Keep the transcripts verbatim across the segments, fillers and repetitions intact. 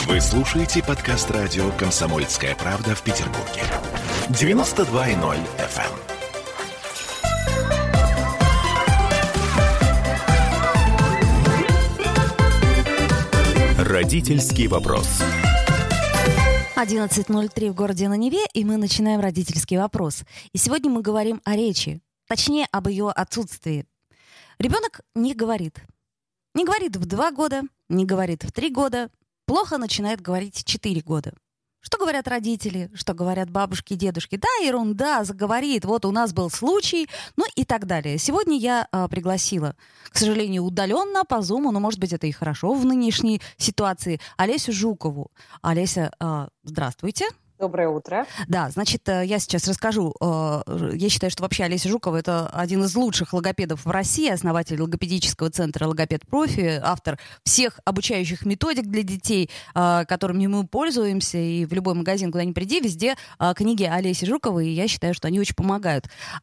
Вы слушаете подкаст радио «Комсомольская правда» в Петербурге. девяносто два и ноль эф эм. Родительский вопрос. одиннадцать ноль три в городе на Неве, и мы начинаем родительский вопрос. И сегодня мы говорим о речи, точнее, об ее отсутствии. Ребенок не говорит. Не говорит в два года, не говорит в три года, плохо начинает говорить в четыре года. Что говорят родители, что говорят бабушки, дедушки? Да, ерунда, заговорит, вот у нас был случай, ну и так далее. Сегодня я а, пригласила, к сожалению, удаленно по Зуму, но, может быть, это и хорошо в нынешней ситуации, Олесю Жукову. Олеся, а, здравствуйте. Доброе утро. Да, значит, я сейчас расскажу. Я считаю, что вообще Олеся Жукова — это один из лучших логопедов в России, основатель логопедического центра «Логопед-профи», автор всех обучающих методик для детей, которыми мы пользуемся, и в любой магазин, куда ни приди, везде книги Олеси Жуковой, и я считаю, что они очень помогают.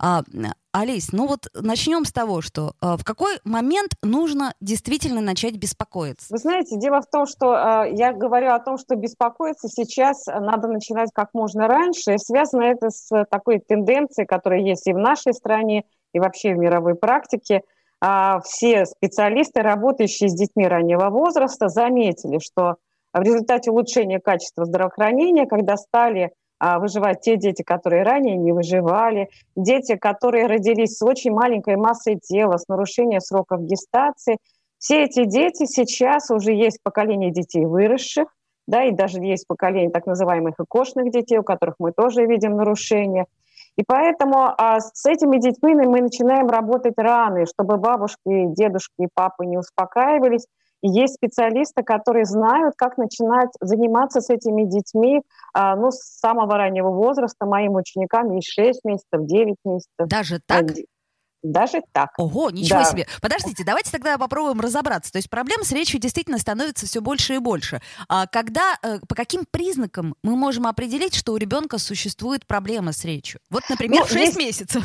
Олесь, ну вот начнем с того, что э, в какой момент нужно действительно начать беспокоиться? Вы знаете, дело в том, что э, я говорю о том, что беспокоиться сейчас надо начинать как можно раньше. И связано это с такой тенденцией, которая есть и в нашей стране, и вообще в мировой практике. Э, все специалисты, работающие с детьми раннего возраста, заметили, что в результате улучшения качества здравоохранения, когда стали выживать те дети, которые ранее не выживали, дети, которые родились с очень маленькой массой тела, с нарушением сроков гестации. Все эти дети сейчас уже есть поколение детей выросших, да, и даже есть поколение так называемых икошных детей, у которых мы тоже видим нарушения. И поэтому а, с этими детьми мы начинаем работать рано, чтобы бабушки, дедушки и папы не успокаивались. И есть специалисты, которые знают, как начинать заниматься с этими детьми а, ну, с самого раннего возраста. Моим ученикам есть шесть месяцев, девять месяцев. Даже так? Даже так. Ого, ничего да. себе. Подождите, давайте тогда попробуем разобраться. То есть проблем с речью действительно становится все больше и больше. А когда, по каким признакам мы можем определить, что у ребенка существует проблема с речью? Вот, например, ну, шесть месяцев.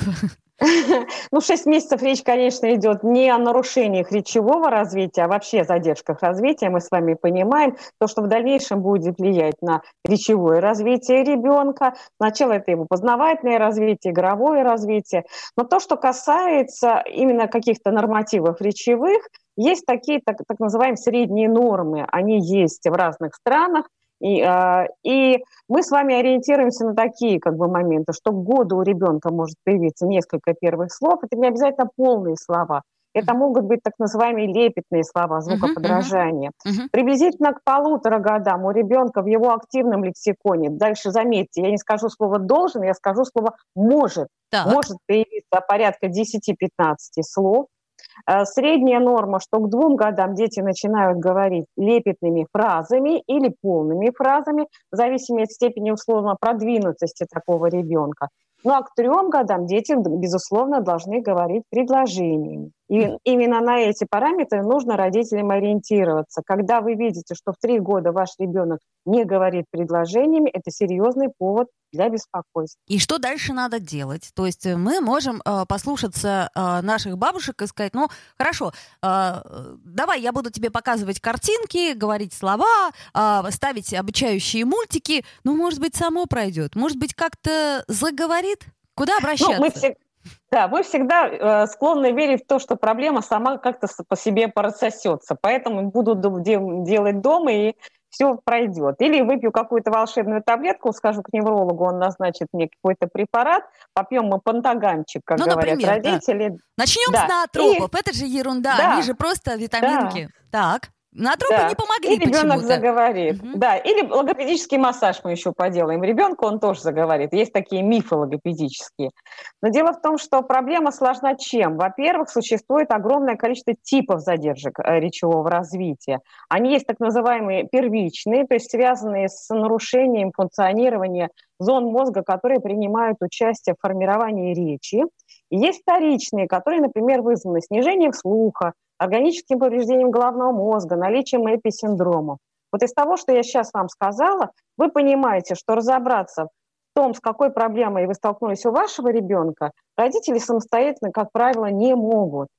Ну, шесть месяцев речь, конечно, идет не о нарушениях речевого развития, а вообще о задержках развития. Мы с вами понимаем, то, что в дальнейшем будет влиять на речевое развитие ребенка. Сначала это его познавательное развитие, игровое развитие. Но то, что касается именно каких-то нормативов речевых, есть такие так, так называемые средние нормы. Они есть в разных странах. И, э, и мы с вами ориентируемся на такие как бы моменты, что к году у ребенка может появиться несколько первых слов. Это не обязательно полные слова. Это могут быть так называемые лепетные слова, звукоподражания. Uh-huh, uh-huh. Приблизительно к полутора годам у ребенка в его активном лексиконе, дальше заметьте, я не скажу слово «должен», я скажу слово «может». Так. Может появиться порядка десять-пятнадцать слов. Средняя норма, что к двум годам дети начинают говорить лепетными фразами или полными фразами, в зависимости от степени условно продвинутости такого ребенка. Ну а к трем годам дети, безусловно, должны говорить предложениями. И именно на эти параметры нужно родителям ориентироваться. Когда вы видите, что в три года ваш ребенок не говорит предложениями, это серьезный повод для беспокойства. И что дальше надо делать? То есть мы можем э, послушаться э, наших бабушек и сказать, ну, хорошо, э, давай я буду тебе показывать картинки, говорить слова, э, ставить обучающие мультики. Ну, может быть, само пройдет. Может быть, как-то заговорит? Куда обращаться? Ну, мы все... Да, мы всегда э, склонны верить в то, что проблема сама как-то по себе порассосется. Поэтому буду дел- делать дома, и все пройдет. Или выпью какую-то волшебную таблетку, скажу к неврологу, он назначит мне какой-то препарат, попьем мы пантагамчик, как ну, говорят например, родители. Да. Начнем да. с наотропов. И... Это же ерунда, да. Они же просто витаминки. Да. Так. Наотропы да. не помогли и ребенок почему-то. заговорит. Угу. Да, или логопедический массаж мы еще поделаем. Ребенку он тоже заговорит. Есть такие мифы логопедические. Но дело в том, что проблема сложна чем? Во-первых, существует огромное количество типов задержек речевого развития. Они есть так называемые первичные, то есть связанные с нарушением функционирования зон мозга, которые принимают участие в формировании речи. И есть вторичные, которые, например, вызваны снижением слуха, органическим повреждением головного мозга, наличием эписиндрома. Вот из того, что я сейчас вам сказала, вы понимаете, что разобраться в том, с какой проблемой вы столкнулись у вашего ребенка, родители самостоятельно, как правило, не могут.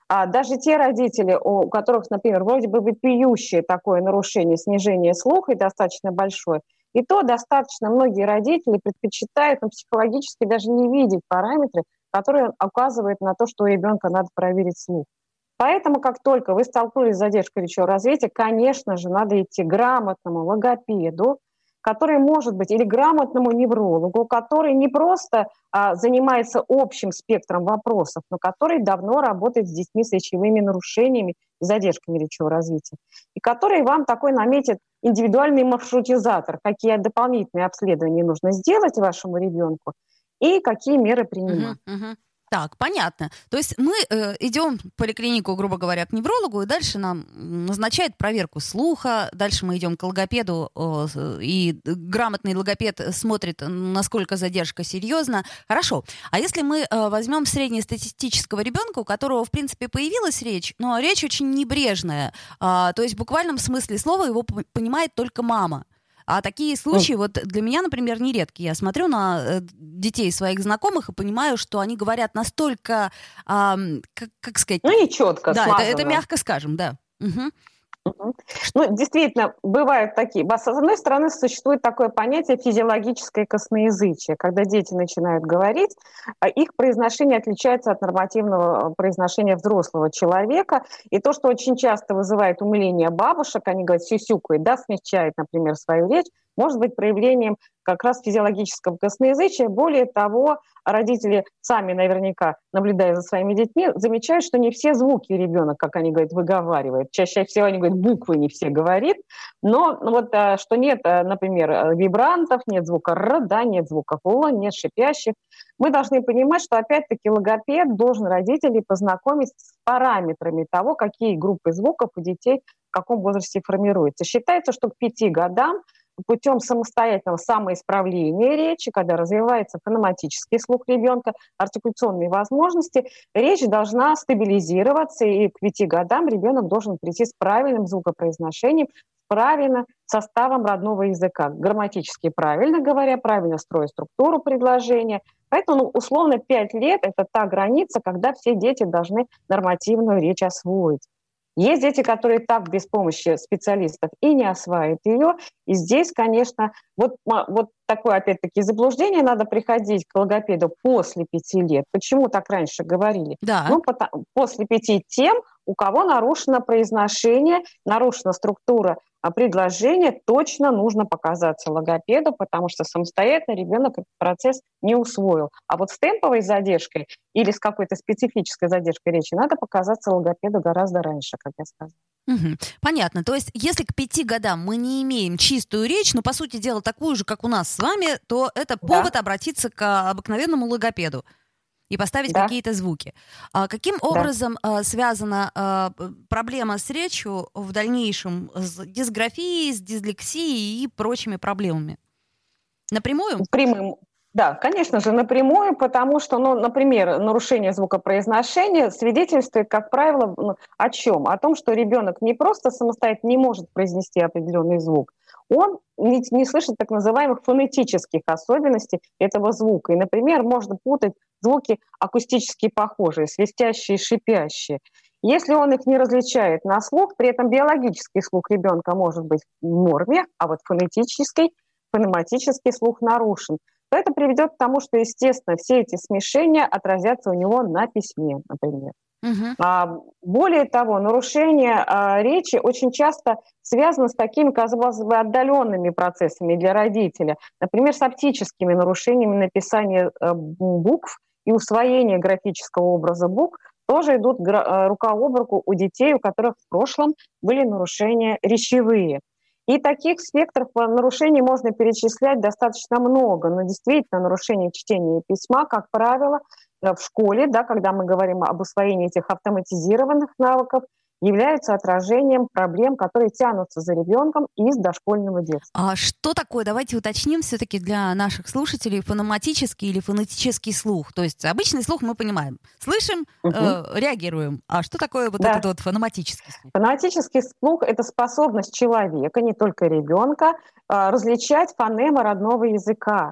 А даже те родители, у которых, например, вроде бы вопиющее такое нарушение, снижение слуха и достаточно большое, и то достаточно многие родители предпочитают ну, психологически даже не видеть параметры, которые указывают на то, что у ребенка надо проверить слух. Поэтому, как только вы столкнулись с задержкой речевого развития, конечно же, надо идти к грамотному логопеду, который может быть, или грамотному неврологу, который не просто а, занимается общим спектром вопросов, но который давно работает с детьми с речевыми нарушениями и задержками речевого развития, и который вам такой наметит индивидуальный маршрутизатор, какие дополнительные обследования нужно сделать вашему ребенку и какие меры принимать. Uh-huh, uh-huh. Так, понятно. То есть мы э, идем в поликлинику, грубо говоря, к неврологу, и дальше нам назначают проверку слуха, дальше мы идем к логопеду, э, и грамотный логопед смотрит, насколько задержка серьезна. Хорошо. А если мы э, возьмем среднестатистического ребенка, у которого, в принципе, появилась речь, но речь очень небрежная, э, то есть в буквальном смысле слова его понимает только мама. А такие случаи, вот для меня, например, нередки. Я смотрю на э, детей своих знакомых и понимаю, что они говорят настолько, э, как, как сказать... Ну, не четко, да, это, это мягко скажем, да. Угу. Угу. Ну, действительно, бывают такие. С одной стороны, существует такое понятие физиологическое косноязычие. Когда дети начинают говорить, их произношение отличается от нормативного произношения взрослого человека. И то, что очень часто вызывает умиление бабушек, они говорят сюсюкают, да, смягчают, например, свою речь, может быть проявлением как раз физиологического косноязычия. Более того, родители сами наверняка, наблюдая за своими детьми, замечают, что не все звуки ребенок, как они говорят, выговаривает. Чаще всего они говорят, буквы не все говорит. Но вот что нет, например, вибрантов, нет звука «р», да, нет звука «л», нет шипящих. Мы должны понимать, что опять-таки логопед должен родителей познакомить с параметрами того, какие группы звуков у детей в каком возрасте формируются. Считается, что к пяти годам путем самостоятельного самоисправления речи, когда развивается фонематический слух ребенка, артикуляционные возможности, речь должна стабилизироваться, и к пяти годам ребенок должен прийти с правильным звукопроизношением, правильно составом родного языка, грамматически правильно говоря, правильно строя структуру предложения. Поэтому, ну, условно, пять лет – это та граница, когда все дети должны нормативную речь освоить. Есть дети, которые так без помощи специалистов и не осваивают ее. И здесь, конечно, вот, вот такое, опять-таки, заблуждение, надо приходить к логопеду после пяти лет. Почему так раньше говорили? Да. Ну, потому, после пяти тем, у кого нарушено произношение, нарушена структура предложения, точно нужно показаться логопеду, потому что самостоятельно ребенок этот процесс не усвоил. А вот с темповой задержкой или с какой-то специфической задержкой речи надо показаться логопеду гораздо раньше, как я сказала. Угу. Понятно. То есть, если к пяти годам мы не имеем чистую речь, но, по сути дела, такую же, как у нас с вами, то это повод да. обратиться к обыкновенному логопеду и поставить да. какие-то звуки. А каким образом да. а, связана а, проблема с речью в дальнейшем с дисграфией, с дислексией и прочими проблемами? Напрямую? Прямым. Да, конечно же, напрямую, потому что, ну, например, нарушение звукопроизношения свидетельствует, как правило, ну, о чем? О том, что ребенок не просто самостоятельно не может произнести определенный звук, он не, не слышит так называемых фонетических особенностей этого звука. И, например, можно путать звуки акустически похожие, свистящие, шипящие. Если он их не различает на слух, при этом биологический слух ребенка может быть в норме, а вот фонетический, фонематический слух нарушен, то это приведет к тому, что, естественно, все эти смешения отразятся у него на письме, например. Uh-huh. А, более того, нарушение а, речи очень часто связано с такими, казалось бы, отдаленными процессами для родителя. Например, с оптическими нарушениями написания а, букв и усвоения графического образа букв тоже идут гра- рука об руку у детей, у которых в прошлом были нарушения речевые. И таких спектров нарушений можно перечислять достаточно много, но действительно нарушение чтения и письма, как правило, в школе, да, когда мы говорим об усвоении этих автоматизированных навыков, являются отражением проблем, которые тянутся за ребенком из дошкольного детства. А что такое, давайте уточним все-таки для наших слушателей, фонематический или фонетический слух? То есть обычный слух мы понимаем, слышим, угу. э, реагируем. А что такое вот да. этот вот фонематический слух? Фонематический слух – это способность человека, не только ребенка, э, различать фонемы родного языка.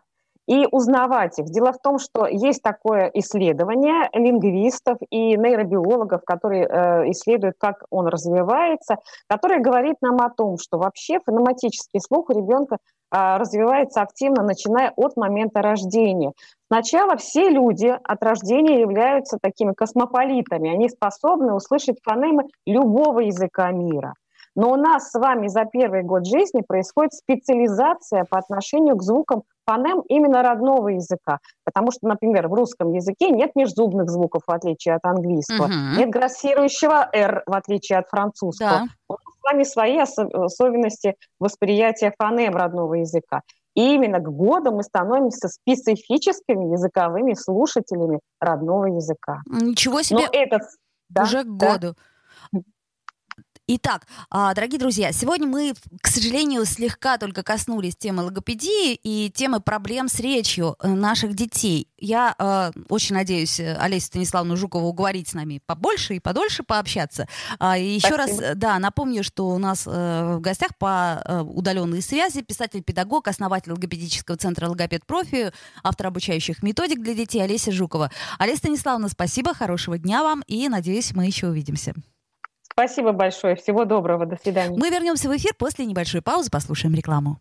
и узнавать их. Дело в том, что есть такое исследование лингвистов и нейробиологов, которые э, исследуют, как он развивается, которое говорит нам о том, что вообще фонематический слух у ребенка э, развивается активно, начиная от момента рождения. Сначала все люди от рождения являются такими космополитами, они способны услышать фонемы любого языка мира. Но у нас с вами за первый год жизни происходит специализация по отношению к звукам фонем именно родного языка. Потому что, например, в русском языке нет межзубных звуков, в отличие от английского, угу. нет грассирующего «р», в отличие от французского. Да. У нас с вами свои особенности восприятия фонем родного языка. И именно к году мы становимся специфическими языковыми слушателями родного языка. Ничего себе! Но этот, уже да, к году. Да. Итак, дорогие друзья, сегодня мы, к сожалению, слегка только коснулись темы логопедии и темы проблем с речью наших детей. Я э, очень надеюсь Олесю Станиславовну Жукову уговорить с нами побольше и подольше пообщаться. А, и еще Спасибо. раз, да, напомню, что у нас э, в гостях по э, удаленной связи писатель-педагог, основатель логопедического центра «Логопед Профи», автор обучающих методик для детей Олеся Жукова. Олеся Станиславовна, спасибо, хорошего дня вам и, надеюсь, мы еще увидимся. Спасибо большое. Всего доброго. До свидания. Мы вернемся в эфир после небольшой паузы. Послушаем рекламу.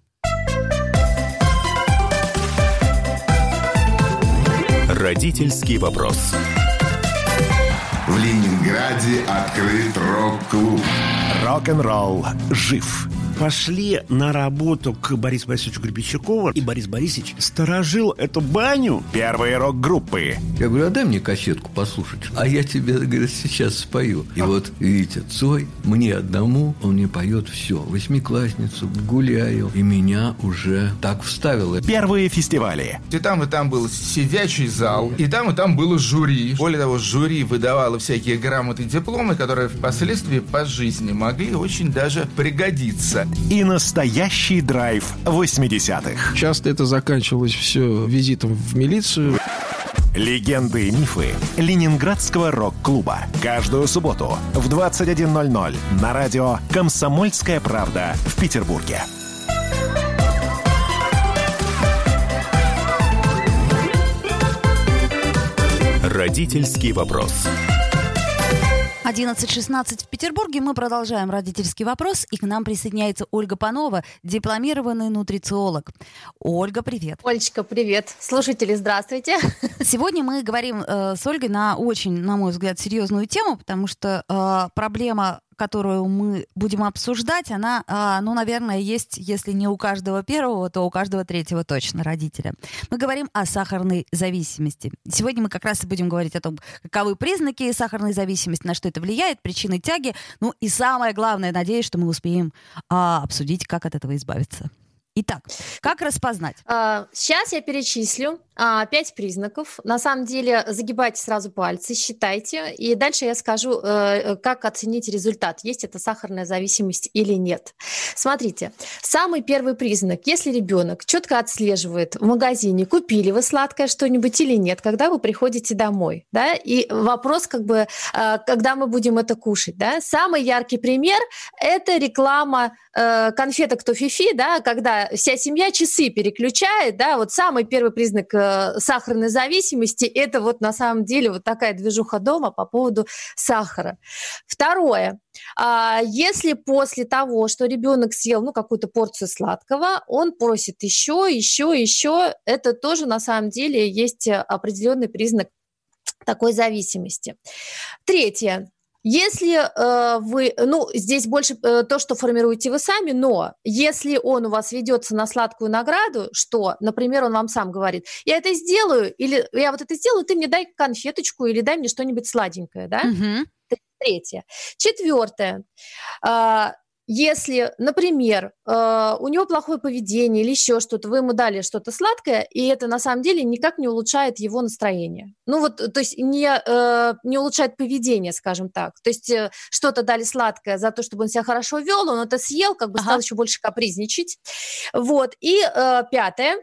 Родительский вопрос. В Ленинграде открыт рок-клуб. Рок-н-ролл жив. Пошли на работу к Борису Борисовичу Гребенщикову, и Борис Борисович сторожил эту баню. Первые рок-группы. Я говорю, а дай мне кассетку послушать. А я тебе, говорит, сейчас спою. И а. вот, видите, Цой, мне одному, он мне поет все. Восьмиклассницу, гуляю. И меня уже так вставило. Первые фестивали. И там, и там был сидячий зал, и там, и там было жюри. Более того, жюри выдавало всякие грамоты и дипломы, которые впоследствии по жизни могли очень даже пригодиться. И настоящий драйв восьмидесятых. Часто это заканчивалось все визитом в милицию. Легенды и мифы Ленинградского рок-клуба. Каждую субботу в двадцать один ноль ноль на радио «Комсомольская правда» в Петербурге. Родительский вопрос. одиннадцать шестнадцать в Петербурге. Мы продолжаем родительский вопрос. И к нам присоединяется Ольга Панова, дипломированный нутрициолог. Ольга, привет. Олечка, привет. Слушатели, здравствуйте. Сегодня мы говорим э, с Ольгой на очень, на мой взгляд, серьезную тему, потому что э, проблема, которую мы будем обсуждать, она, э, ну, наверное, есть, если не у каждого первого, то у каждого третьего точно родителя. Мы говорим о сахарной зависимости. Сегодня мы как раз и будем говорить о том, каковы признаки сахарной зависимости, на что это влияет, причины тяги. Ну и самое главное, надеюсь, что мы успеем э, обсудить, как от этого избавиться. Итак, как распознать? Сейчас я перечислю а, пять признаков. На самом деле загибайте сразу пальцы, считайте. И дальше я скажу, э, как оценить результат, есть это сахарная зависимость или нет. Смотрите, самый первый признак. Если ребенок четко отслеживает в магазине, купили вы сладкое что-нибудь или нет, когда вы приходите домой. Да? И вопрос, как бы, э, когда мы будем это кушать. Да? Самый яркий пример – это реклама э, конфеток Тофифи, да, когда вся семья часы переключает, да, вот самый первый признак э, сахарной зависимости – это вот на самом деле вот такая движуха дома по поводу сахара. Второе. А, если после того, что ребенок съел, ну, какую-то порцию сладкого, он просит еще, еще, еще, это тоже на самом деле есть определенный признак такой зависимости. Третье. Если э, вы, ну, здесь больше э, то, что формируете вы сами, но если он у вас ведется на сладкую награду, что, например, он вам сам говорит, я это сделаю, или я вот это сделаю, ты мне дай конфеточку или дай мне что-нибудь сладенькое, да? Mm-hmm. Третье. Четвертое. Э, Если, например, у него плохое поведение или еще что-то, вы ему дали что-то сладкое, и это на самом деле никак не улучшает его настроение. Ну вот, то есть не, не улучшает поведение, скажем так. То есть что-то дали сладкое за то, чтобы он себя хорошо вел, он это съел, как бы ага. стал еще больше капризничать. Вот. И пятое.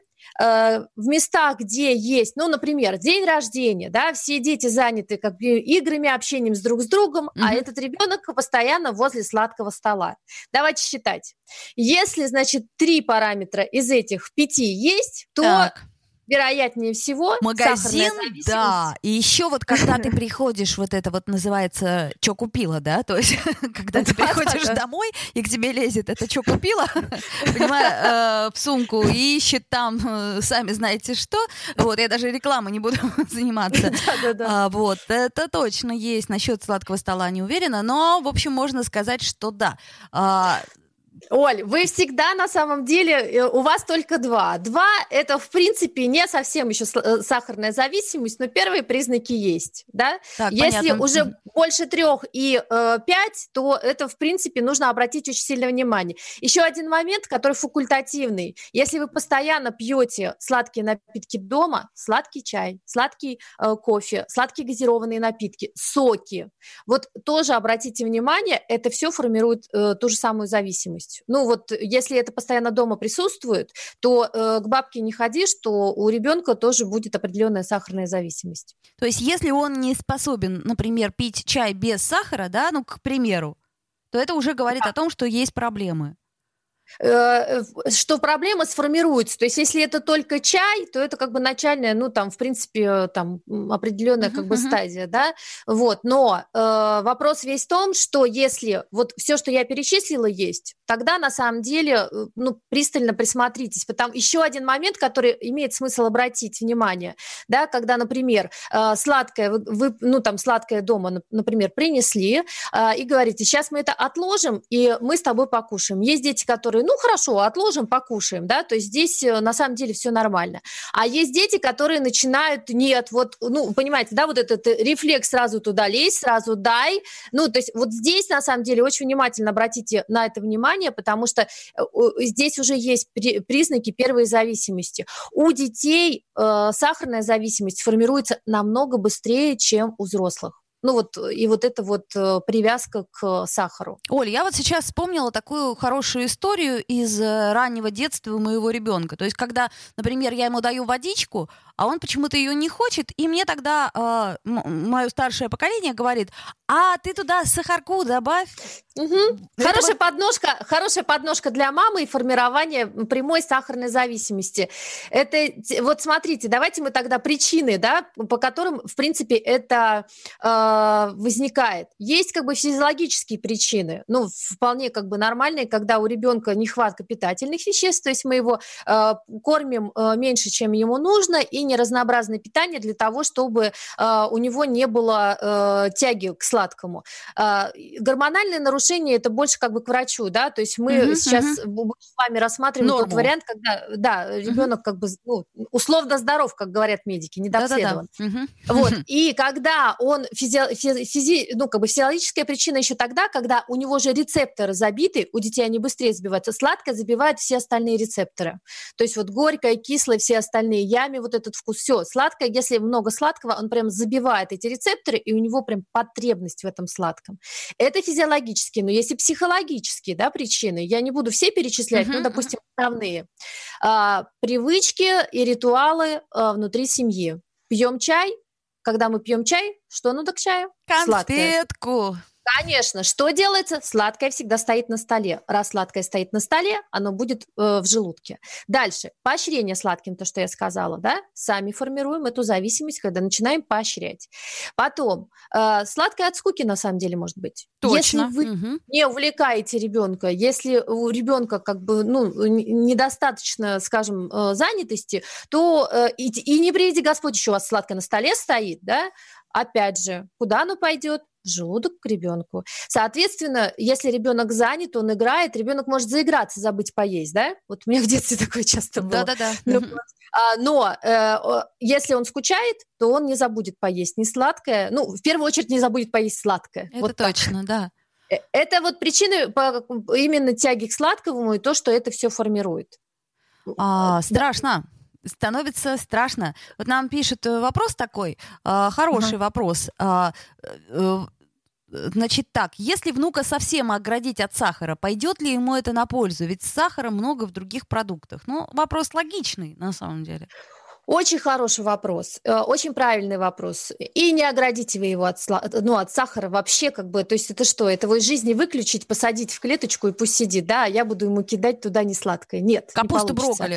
В местах, где есть, ну, например, день рождения, да, все дети заняты как бы играми, общением с друг с другом, mm-hmm. а этот ребенок постоянно возле сладкого стола. Давайте считать. Если, значит, три параметра из этих в пяти есть, то... Так. вероятнее всего, магазин, да. И еще вот когда ты приходишь, вот это вот называется «чё купила», да? То есть когда ты приходишь домой, и к тебе лезет это «чё купила», понимаю, в сумку, и ищет там, сами знаете что. Вот, я даже рекламой не буду заниматься. Вот, это точно есть. Насчет сладкого стола не уверена, но, в общем, можно сказать, что да. Оль, вы всегда на самом деле, у вас только два. Два – это, в принципе, не совсем еще сахарная зависимость, но первые признаки есть, да? Так, если понятно. Уже больше трех и э, пять, то это, в принципе, нужно обратить очень сильное внимание. Еще один момент, который факультативный. Если вы постоянно пьете сладкие напитки дома, сладкий чай, сладкий э, кофе, сладкие газированные напитки, соки, вот тоже обратите внимание, это все формирует э, ту же самую зависимость. Ну вот, если это постоянно дома присутствует, то э, к бабке не ходи, что у ребенка тоже будет определенная сахарная зависимость. То есть, если он не способен, например, пить чай без сахара, да, ну, к примеру, то это уже говорит да. о том, что есть проблемы. Что проблема сформируется. То есть, если это только чай, то это как бы начальная, ну, там, в принципе, там, определенная как бы стадия, да, вот. Но э, вопрос весь в том, что если вот все, что я перечислила, есть, тогда, на самом деле, ну, пристально присмотритесь. Потому еще один момент, который имеет смысл обратить внимание, да, когда, например, э, сладкое, вы, вы, ну, там, сладкое дома, например, принесли э, и говорите, сейчас мы это отложим, и мы с тобой покушаем. Есть дети, которые ну, хорошо, отложим, покушаем, да, то есть здесь на самом деле все нормально. А есть дети, которые начинают, нет, вот, ну, понимаете, да, вот этот рефлекс сразу туда лезь, сразу дай, ну, то есть вот здесь, на самом деле, очень внимательно обратите на это внимание, потому что здесь уже есть признаки первой зависимости. У детей э, сахарная зависимость формируется намного быстрее, чем у взрослых. Ну вот, и вот эта вот э, привязка к сахару. Оль, я вот сейчас вспомнила такую хорошую историю из раннего детства моего ребенка. То есть, когда, например, я ему даю водичку, а он почему-то ее не хочет, и мне тогда э, м- мое старшее поколение говорит, а ты туда сахарку добавь. Угу. Хорошая, вот... подножка, хорошая подножка для мамы и формирование прямой сахарной зависимости. Это, вот смотрите, давайте мы тогда причины, да, по которым, в принципе, это э, возникает. Есть как бы физиологические причины, ну, вполне как бы нормальные, когда у ребенка нехватка питательных веществ, то есть мы его э, кормим э, меньше, чем ему нужно, и неразнообразное питание для того, чтобы э, у него не было э, тяги к сладкому. Э, гормональные нарушения это больше как бы к врачу, да, то есть мы uh-huh, сейчас uh-huh. с вами рассматриваем Норму. Тот вариант, когда, да, ребенок uh-huh. как бы, ну, условно здоров, как говорят медики, недообследован. Uh-huh. Вот, и когда он, физи, физи, ну, как бы физиологическая причина еще тогда, когда у него же рецепторы забиты, у детей они быстрее забиваются, сладкое забивает все остальные рецепторы, то есть вот горькое, кислое, все остальные, ями, вот этот вкус, все, сладкое, если много сладкого, он прям забивает эти рецепторы, и у него прям потребность в этом сладком. Это физиологически. Но есть и психологические, да, причины. Я не буду все перечислять, uh-huh, ну, допустим, основные. А, привычки и ритуалы а, внутри семьи. Пьем чай. Когда мы пьем чай, что надо к чаю? Конфетку. Сладкое. Конечно. Что делается? Сладкое всегда стоит на столе. Раз сладкое стоит на столе, оно будет э, в желудке. Дальше. Поощрение сладким, то, что я сказала, да? Сами формируем эту зависимость, когда начинаем поощрять. Потом. Э, сладкое от скуки, на самом деле, может быть. Точно. Если вы угу. не увлекаете ребенка, если у ребенка как бы, ну, недостаточно, скажем, э, занятости, то э, и, и не приведи Господь, еще у вас сладкое на столе стоит, да? Опять же, куда оно пойдет? В желудок к ребенку. Соответственно, если ребенок занят, он играет, ребенок может заиграться, забыть поесть, да? Вот у меня в детстве такое часто было. Да-да-да. Но, но э, если он скучает, то он не забудет поесть ни сладкое, ну, в первую очередь не забудет поесть сладкое. Это вот точно, так. Да. Это вот причины по, именно тяги к сладкому и то, что это все формирует. А, страшно. Становится страшно. Вот нам пишет вопрос такой, э, хороший uh-huh. вопрос. Э, э, значит так, если внука совсем оградить от сахара, пойдет ли ему это на пользу? Ведь сахара много в других продуктах. Ну, вопрос логичный, на самом деле. Очень хороший вопрос, очень правильный вопрос. И не оградите вы его от, ну, от сахара вообще, как бы, то есть это что, это его из жизни выключить, посадить в клеточку и пусть сидит, да, а я буду ему кидать туда несладкое. Нет, капусту брокколи.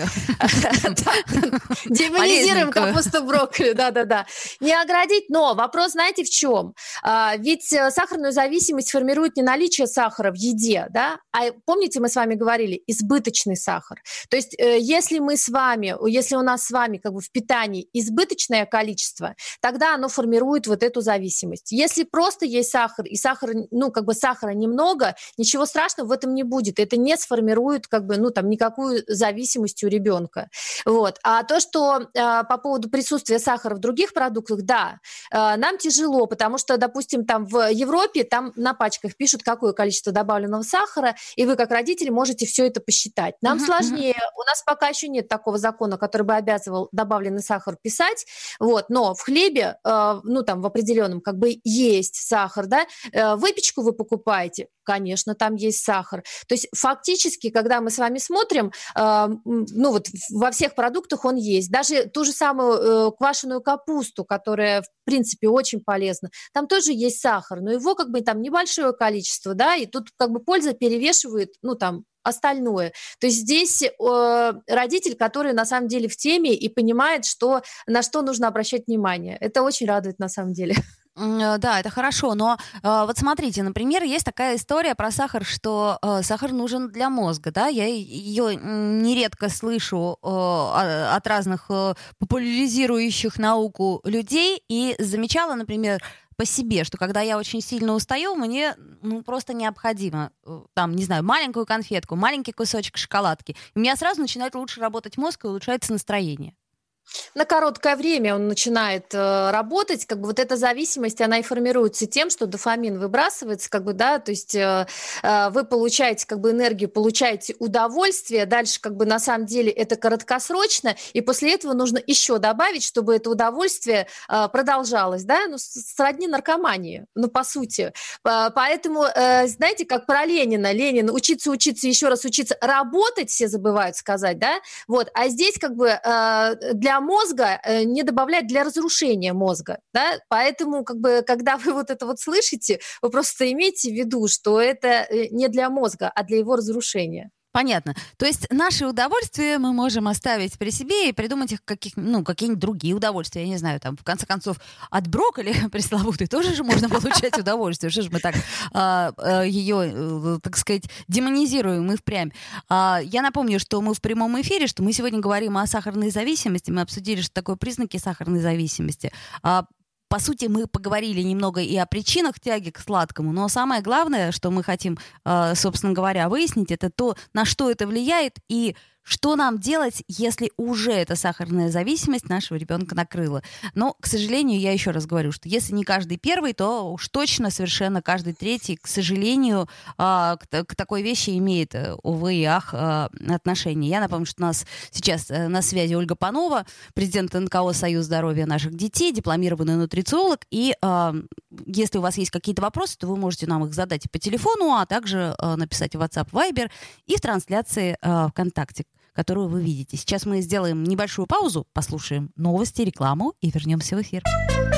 Демонизируем капусту брокколи, да-да-да. Не оградить, но вопрос, знаете, в чем? Ведь сахарную зависимость формирует не наличие сахара в еде, да, а помните, мы с вами говорили, избыточный сахар. То есть если мы с вами, если у нас с вами как бы в питании избыточное количество, тогда оно формирует вот эту зависимость. Если просто есть сахар, и сахар, ну, как бы сахара немного, ничего страшного в этом не будет. Это не сформирует, как бы, ну, там, никакую зависимость у ребенка. Вот. А то, что э, по поводу присутствия сахара в других продуктах, да, э, нам тяжело, потому что, допустим, там в Европе, там на пачках пишут, какое количество добавленного сахара, и вы, как родители, можете все это посчитать. Нам uh-huh, сложнее. Uh-huh. У нас пока еще нет такого закона, который бы обязывал добавленный сахар писать, вот, но в хлебе, э, ну, там, в определенном, как бы, есть сахар, да, э, выпечку вы покупаете, конечно, там есть сахар. То есть фактически, когда мы с вами смотрим, э, ну, вот во всех продуктах он есть. Даже ту же самую э, квашеную капусту, которая, в принципе, очень полезна, там тоже есть сахар, но его, как бы, там небольшое количество, да, и тут, как бы, польза перевешивает, ну, там, остальное. То есть здесь э, родитель, который на самом деле в теме и понимает, что, на что нужно обращать внимание. Это очень радует на самом деле. Да, это хорошо, но э, вот смотрите, например, есть такая история про сахар, что э, сахар нужен для мозга, да, я ее нередко слышу э, от разных э, популяризирующих науку людей и замечала, например, по себе, что когда я очень сильно устаю, мне, ну, просто необходимо, там, не знаю, маленькую конфетку, маленький кусочек шоколадки. И у меня сразу начинает лучше работать мозг и улучшается настроение. На короткое время он начинает э, работать, как бы вот эта зависимость, она и формируется тем, что дофамин выбрасывается, как бы, да, то есть э, э, вы получаете, как бы, энергию, получаете удовольствие, дальше, как бы, на самом деле это короткосрочно, и после этого нужно еще добавить, чтобы это удовольствие э, продолжалось, да, ну, сродни наркомании, ну, по сути. Поэтому, э, знаете, как про Ленина, Ленин, учиться, учиться, еще раз учиться, работать, все забывают сказать, да, вот, а здесь, как бы, э, для мозга э, не добавлять для разрушения мозга, да, поэтому, как бы, когда вы вот это вот слышите, вы просто имейте в виду, что это не для мозга, а для его разрушения. Понятно. То есть наши удовольствия мы можем оставить при себе и придумать их каких, ну, какие-нибудь другие удовольствия. Я не знаю, там, в конце концов, от брокколи пресловутой тоже же можно получать удовольствие. Что же мы так а, а, ее, так сказать, демонизируем и впрямь. А, я напомню, что мы в прямом эфире, что мы сегодня говорим о сахарной зависимости. Мы обсудили, что такое признаки сахарной зависимости. А, По сути, мы поговорили немного и о причинах тяги к сладкому, но самое главное, что мы хотим, собственно говоря, выяснить, это то, на что это влияет и что нам делать, если уже эта сахарная зависимость нашего ребенка накрыла. Но, к сожалению, я еще раз говорю, что если не каждый первый, то уж точно совершенно каждый третий, к сожалению, к такой вещи имеет, увы и ах, отношение. Я напомню, что у нас сейчас на связи Ольга Панова, президент эн ка о «Союз здоровья наших детей», дипломированный нутрициолог. И если у вас есть какие-то вопросы, то вы можете нам их задать и по телефону, а также написать в WhatsApp, Viber и в трансляции ВКонтакте, которую вы видите. Сейчас мы сделаем небольшую паузу, послушаем новости, рекламу и вернемся в эфир.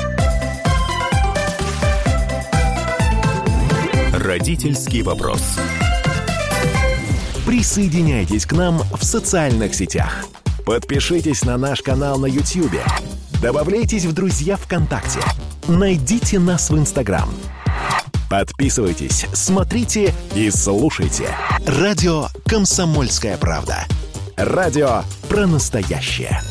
Родительский вопрос. Присоединяйтесь к нам в социальных сетях. Подпишитесь на наш канал на YouTube. Добавляйтесь в друзья ВКонтакте. Найдите нас в Инстаграм. Подписывайтесь, смотрите и слушайте. Радио «Комсомольская правда». Радио про настоящее.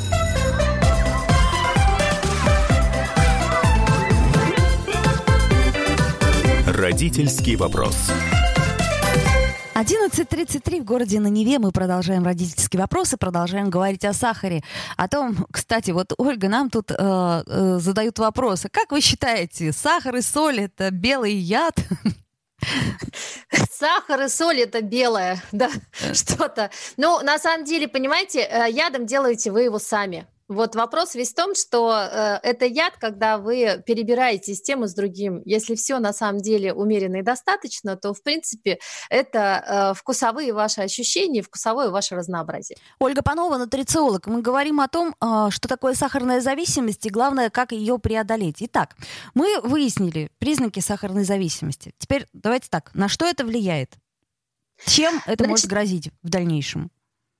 Родительский вопрос. одиннадцать тридцать три в городе на Неве. Мы продолжаем родительские вопросы, продолжаем говорить о сахаре. О том, кстати, вот Ольга нам тут э, э, задают вопросы. Как вы считаете, сахар и соль — это белый яд? Сахар и соль — это белое, да, что-то. Ну, на самом деле, понимаете, ядом делаете вы его сами. Вот вопрос весь в том, что э, это яд, когда вы перебираете систему с другим. Если все на самом деле умеренно и достаточно, то, в принципе, это э, вкусовые ваши ощущения, вкусовое ваше разнообразие. Ольга Панова, нутрициолог. Мы говорим о том, э, что такое сахарная зависимость и, главное, как ее преодолеть. Итак, мы выяснили признаки сахарной зависимости. Теперь давайте так, на что это влияет? Чем это Значит, может грозить в дальнейшем?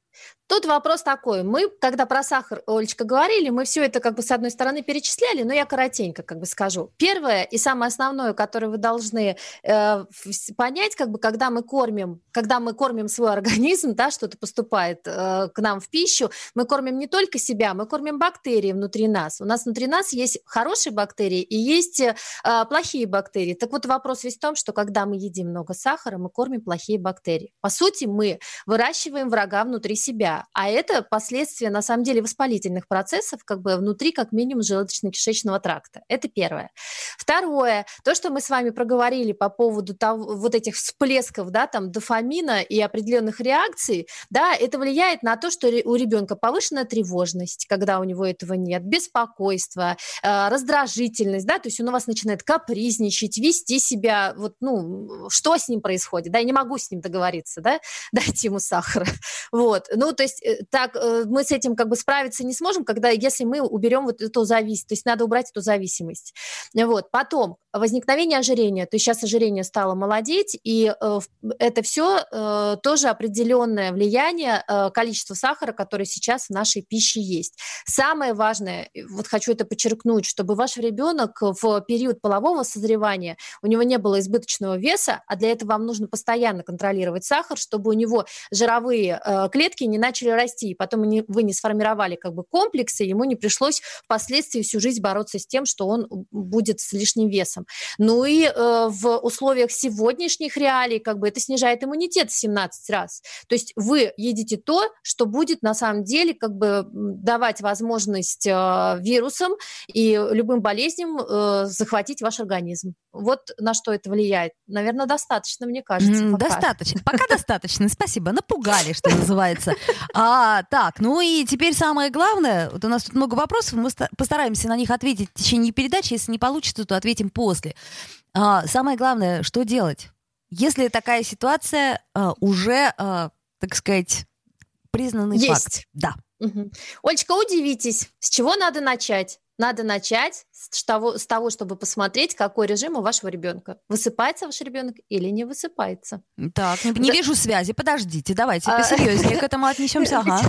Тут вопрос такой. Мы, когда про сахар, Олечка, говорили, мы все это как бы с одной стороны перечисляли, но я коротенько как бы скажу. Первое и самое основное, которое вы должны э, понять, как бы, когда мы кормим, когда мы кормим свой организм, да, что-то поступает э, к нам в пищу, мы кормим не только себя, мы кормим бактерии внутри нас. У нас внутри нас есть хорошие бактерии и есть э, плохие бактерии. Так вот, вопрос весь в том, что когда мы едим много сахара, мы кормим плохие бактерии. По сути, мы выращиваем врага внутри себя. А это последствия, на самом деле, воспалительных процессов как бы внутри, как минимум, желудочно-кишечного тракта. Это первое. Второе, то, что мы с вами проговорили по поводу того, вот этих всплесков, да, там, дофамина и определенных реакций, да, это влияет на то, что у ребенка повышенная тревожность, когда у него этого нет, беспокойство, э, раздражительность, да, то есть он у вас начинает капризничать, вести себя, вот, ну, что с ним происходит, да, я не могу с ним договориться, да, дайте ему сахара, вот, ну, то есть так мы с этим как бы справиться не сможем, когда, если мы уберем вот эту зависимость, то есть надо убрать эту зависимость. Вот. Потом возникновение ожирения, то есть сейчас ожирение стало молодеть, и э, это все э, тоже определенное влияние э, количества сахара, которое сейчас в нашей пище есть. Самое важное, вот хочу это подчеркнуть, чтобы ваш ребенок в период полового созревания, у него не было избыточного веса, а для этого вам нужно постоянно контролировать сахар, чтобы у него жировые э, клетки не начали расти, и потом вы не сформировали как бы комплексы, ему не пришлось впоследствии всю жизнь бороться с тем, что он будет с лишним весом. Ну и э, в условиях сегодняшних реалий как бы это снижает иммунитет в семнадцать раз. То есть вы едите то, что будет на самом деле как бы давать возможность э, вирусам и любым болезням э, захватить ваш организм. Вот на что это влияет. Наверное, достаточно, мне кажется. Mm, достаточно. Пока достаточно. Спасибо. Напугали, что называется. А, так, ну и теперь самое главное. Вот у нас тут много вопросов. Мы постараемся на них ответить в течение передачи. Если не получится, то ответим после. А, самое главное, что делать? Если такая ситуация а, уже, а, так сказать, признанный Есть. факт. Да. Угу. Олечка, удивитесь, с чего надо начать? Надо начать с того, с того, чтобы посмотреть, какой режим у вашего ребенка. Высыпается ваш ребенок или не высыпается. Так, не, не вижу связи. Подождите, давайте посерьезнее к этому отнесемся. Ага.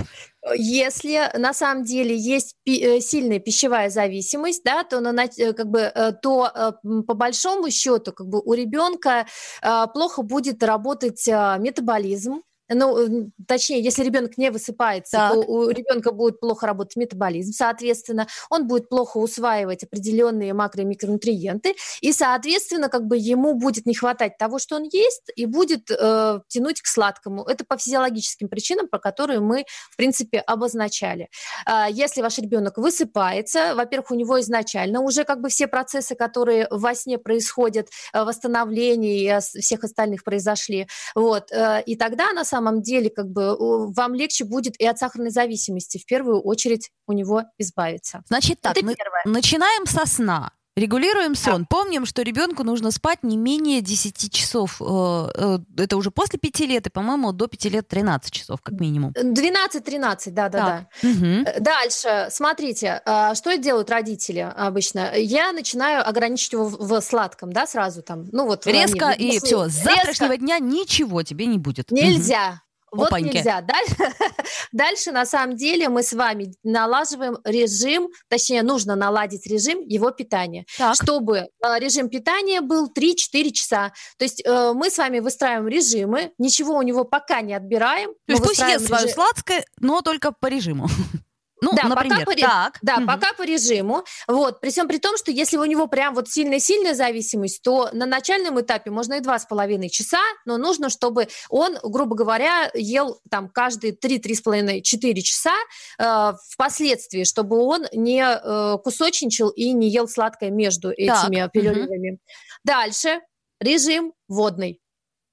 Если на самом деле есть пи- сильная пищевая зависимость, да, то, на, как бы, то по большому счету как бы, у ребенка плохо будет работать метаболизм. Ну, точнее, если ребенок не высыпается, так. то у ребенка будет плохо работать метаболизм, соответственно, он будет плохо усваивать определенные макро- и микронутриенты, и, соответственно, как бы ему будет не хватать того, что он ест, и будет э, тянуть к сладкому. Это по физиологическим причинам, про которые мы, в принципе, обозначали. Э, если ваш ребенок высыпается, во-первых, у него изначально уже как бы все процессы, которые во сне происходят, э, восстановление и всех остальных произошли, вот, э, и тогда, на самом На самом деле, как бы вам легче будет и от сахарной зависимости в первую очередь у него избавиться. Значит так, на- начинаем со сна. Регулируем сон. Да. Помним, что ребенку нужно спать не менее десять часов. Это уже после пяти лет, и, по-моему, до пяти лет тринадцать часов, как минимум. двенадцать-тринадцать, да-да-да. Угу. Дальше, смотрите, что делают родители обычно. Я начинаю ограничивать его в сладком, да, сразу там. Ну, вот, резко они, и все, с завтрашнего Резко. дня ничего тебе не будет. Нельзя. Угу. Вот Опаньки. Нельзя. Дальше, дальше, на самом деле, мы с вами налаживаем режим, точнее, нужно наладить режим его питания, так. чтобы э, режим питания был три-четыре часа. То есть э, мы с вами выстраиваем режимы, ничего у него пока не отбираем. То есть пусть ест свое режим... сладкое, но только по режиму. Ну, да, например, пока по, так. Да, угу. пока по режиму. Вот. При всем при том, что если у него прям вот сильная-сильная зависимость, то на начальном этапе можно и два с половиной часа, но нужно, чтобы он, грубо говоря, ел там каждые три-три с половиной четыре часа э, впоследствии, чтобы он не э, кусочничал и не ел сладкое между этими так. перерывами. Угу. Дальше режим водный.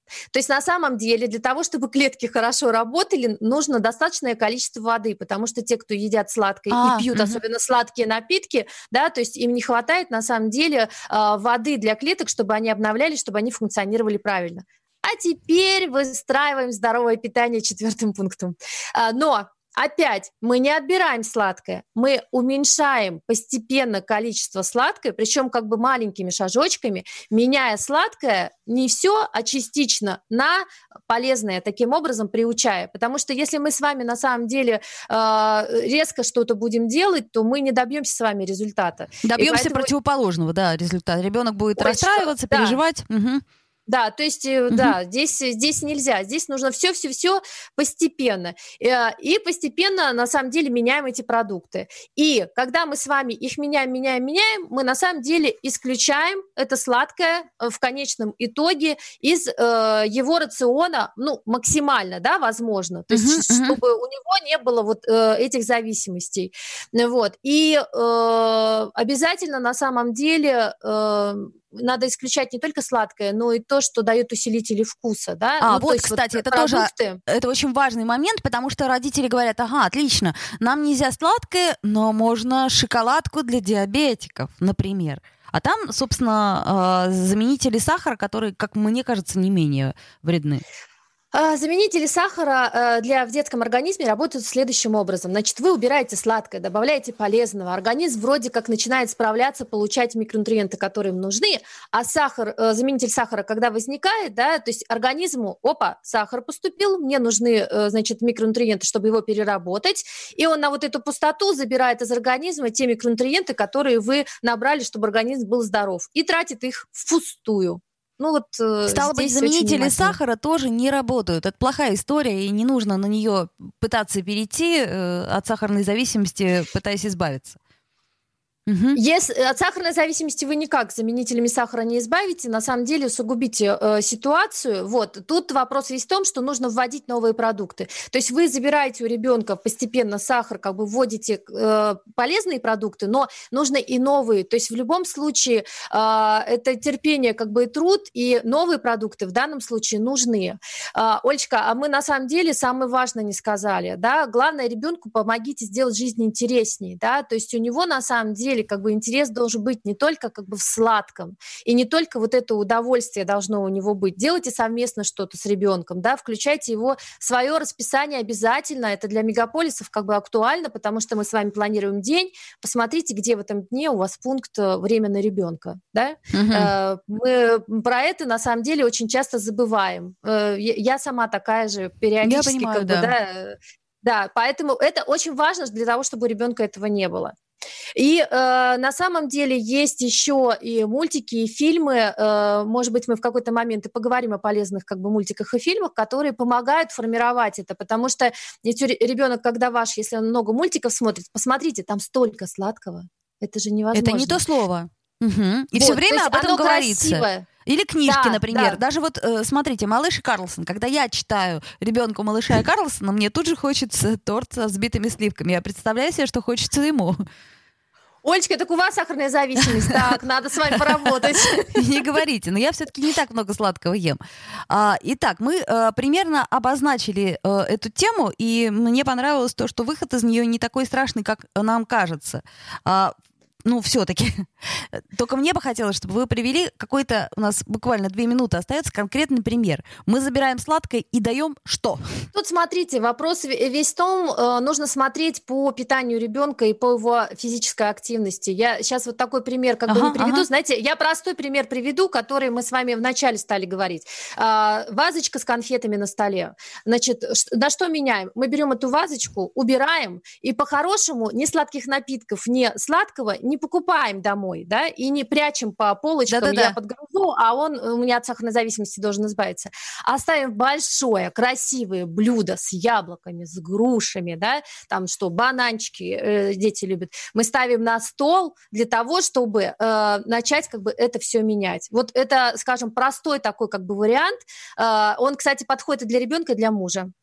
То есть на самом деле для того, чтобы клетки хорошо работали, нужно достаточное количество воды, потому что те, кто едят сладкое а, и пьют угу. особенно сладкие напитки, да, то есть им не хватает на самом деле воды для клеток, чтобы они обновлялись, чтобы они функционировали правильно. А теперь выстраиваем здоровое питание четвертым пунктом. Но опять, мы не отбираем сладкое, мы уменьшаем постепенно количество сладкое, причем как бы маленькими шажочками, меняя сладкое не все, а частично на полезное, таким образом приучая. Потому что если мы с вами на самом деле э, резко что-то будем делать, то мы не добьемся с вами результата. Добьемся поэтому... противоположного, да, результата. Ребенок будет Ой, расстраиваться, что? переживать. Да. Угу. Да, то есть, uh-huh. да, здесь, здесь нельзя, здесь нужно все-все-все постепенно. И постепенно, на самом деле, меняем эти продукты. И когда мы с вами их меняем, меняем, меняем, мы на самом деле исключаем это сладкое в конечном итоге из э, его рациона, ну, максимально, да, возможно. То есть, uh-huh. чтобы у него не было вот э, этих зависимостей. Вот. И э, обязательно, на самом деле... Э, надо исключать не только сладкое, но и то, что дает усилители вкуса, да? А, ну, вот, кстати, вот это продукты... тоже, это очень важный момент, потому что родители говорят, ага, отлично, нам нельзя сладкое, но можно шоколадку для диабетиков, например. А там, собственно, заменители сахара, которые, как мне кажется, не менее вредны. Заменители сахара для, в детском организме работают следующим образом. Значит, вы убираете сладкое, добавляете полезного. Организм вроде как начинает справляться, получать микронутриенты, которые им нужны. А сахар, заменитель сахара, когда возникает, да, то есть организму, опа, сахар поступил, мне нужны, значит, микронутриенты, чтобы его переработать. И он на вот эту пустоту забирает из организма те микронутриенты, которые вы набрали, чтобы организм был здоров. И тратит их впустую. Ну, вот, Стало быть, заменители сахара тоже не работают. Это плохая история, и не нужно на нее пытаться перейти э, от сахарной зависимости, пытаясь избавиться. Угу. Если от сахарной зависимости вы никак заменителями сахара не избавите, на самом деле усугубите э, ситуацию. Вот. Тут вопрос весь в том, что нужно вводить новые продукты. То есть вы забираете у ребенка постепенно сахар, как бы вводите э, полезные продукты, но нужно и новые. То есть в любом случае э, это терпение как бы и труд, и новые продукты в данном случае нужны. Э, Олечка, а мы на самом деле самое важное не сказали. Да? Главное, ребенку помогите сделать жизнь интереснее. Да? То есть у него на самом деле как бы интерес должен быть не только как бы в сладком, и не только вот это удовольствие должно у него быть. Делайте совместно что-то с ребенком, да, включайте его в свое расписание обязательно. Это для мегаполисов как бы актуально, потому что мы с вами планируем день. Посмотрите, где в этом дне у вас пункт «Время на ребенка». Да? Угу. Мы про это на самом деле очень часто забываем. Я сама такая же периодически. Я понимаю, как бы, да. Да, да, поэтому это очень важно для того, чтобы у ребенка этого не было. И э, на самом деле есть еще и мультики, и фильмы, э, может быть, мы в какой-то момент и поговорим о полезных как бы мультиках и фильмах, которые помогают формировать это, потому что ребенок, когда ваш, если он много мультиков смотрит, посмотрите, там столько сладкого, это же невозможно. Это не то слово. Угу. И вот, все время об этом говорится. Красивое. Или книжки, да, например. Да. Даже вот, э, смотрите, «Малыш и Карлсон». Когда я читаю ребенку «Малыша и Карлсона», мне тут же хочется торт со взбитыми сливками. Я представляю себе, что хочется ему. Олечка, так у вас сахарная зависимость. Так, надо с вами поработать. Не говорите, но я все-таки не так много сладкого ем. Итак, мы примерно обозначили эту тему, и мне понравилось то, что выход из нее не такой страшный, как нам кажется. Ну, все-таки. Только мне бы хотелось, чтобы вы привели какой-то, у нас буквально две минуты остается, конкретный пример. Мы забираем сладкое и даем что? Тут смотрите, вопрос весь в том, нужно смотреть по питанию ребенка и по его физической активности. Я сейчас вот такой пример как ага, бы приведу. Ага. Знаете, я простой пример приведу, который мы с вами вначале стали говорить. Вазочка с конфетами на столе. Значит, на что меняем? Мы берем эту вазочку, убираем, и по-хорошему ни сладких напитков, ни сладкого не покупаем домой, да, и не прячем по полочкам, Да-да-да. я подгрузу, а он у меня от сахарной зависимости должен избавиться. Оставим большое, красивое блюдо с яблоками, с грушами, да, там что, бананчики э, дети любят. Мы ставим на стол для того, чтобы э, начать как бы это все менять. Вот это, скажем, простой такой как бы вариант. Э, он, кстати, подходит и для ребенка, и для мужа.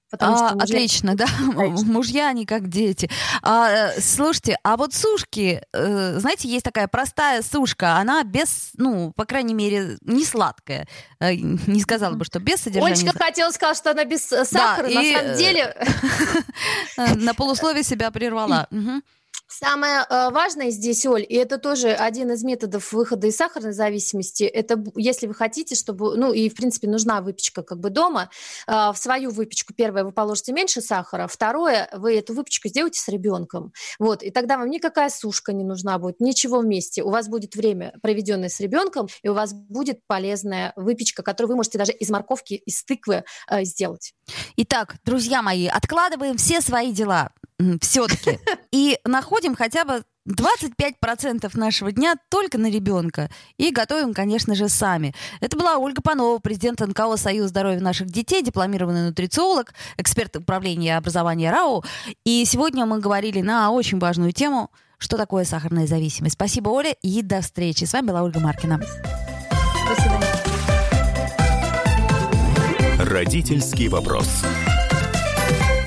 Потому А, что мужья... отлично, да. Мужья, они как дети. А, слушайте, а вот сушки, э, знаете, есть такая простая сушка, она без, ну, по крайней мере, не сладкая. Э, не сказала бы, что без содержания. Олечка хотела сказать, что она без сахара, Да, на и, самом деле... На полусловие себя прервала. Мгм. Самое э, важное здесь, Оль, и это тоже один из методов выхода из сахарной зависимости, это б- если вы хотите, чтобы, ну и в принципе нужна выпечка как бы дома, э, в свою выпечку, первое, вы положите меньше сахара, второе, вы эту выпечку сделаете с ребенком, вот, и тогда вам никакая сушка не нужна будет, ничего вместе, у вас будет время, проведенное с ребенком, и у вас будет полезная выпечка, которую вы можете даже из морковки, из тыквы э, сделать. Итак, друзья мои, откладываем все свои дела все-таки и находим хотя бы двадцать пять процентов нашего дня только на ребенка. И готовим, конечно же, сами. Это была Ольга Панова, президент эн ка о «Союз здоровья наших детей», дипломированный нутрициолог, эксперт управления образования РАО. И сегодня мы говорили на очень важную тему, что такое сахарная зависимость. Спасибо, Оля, и до встречи. С вами была Ольга Маркина. До свидания. Родительский вопрос.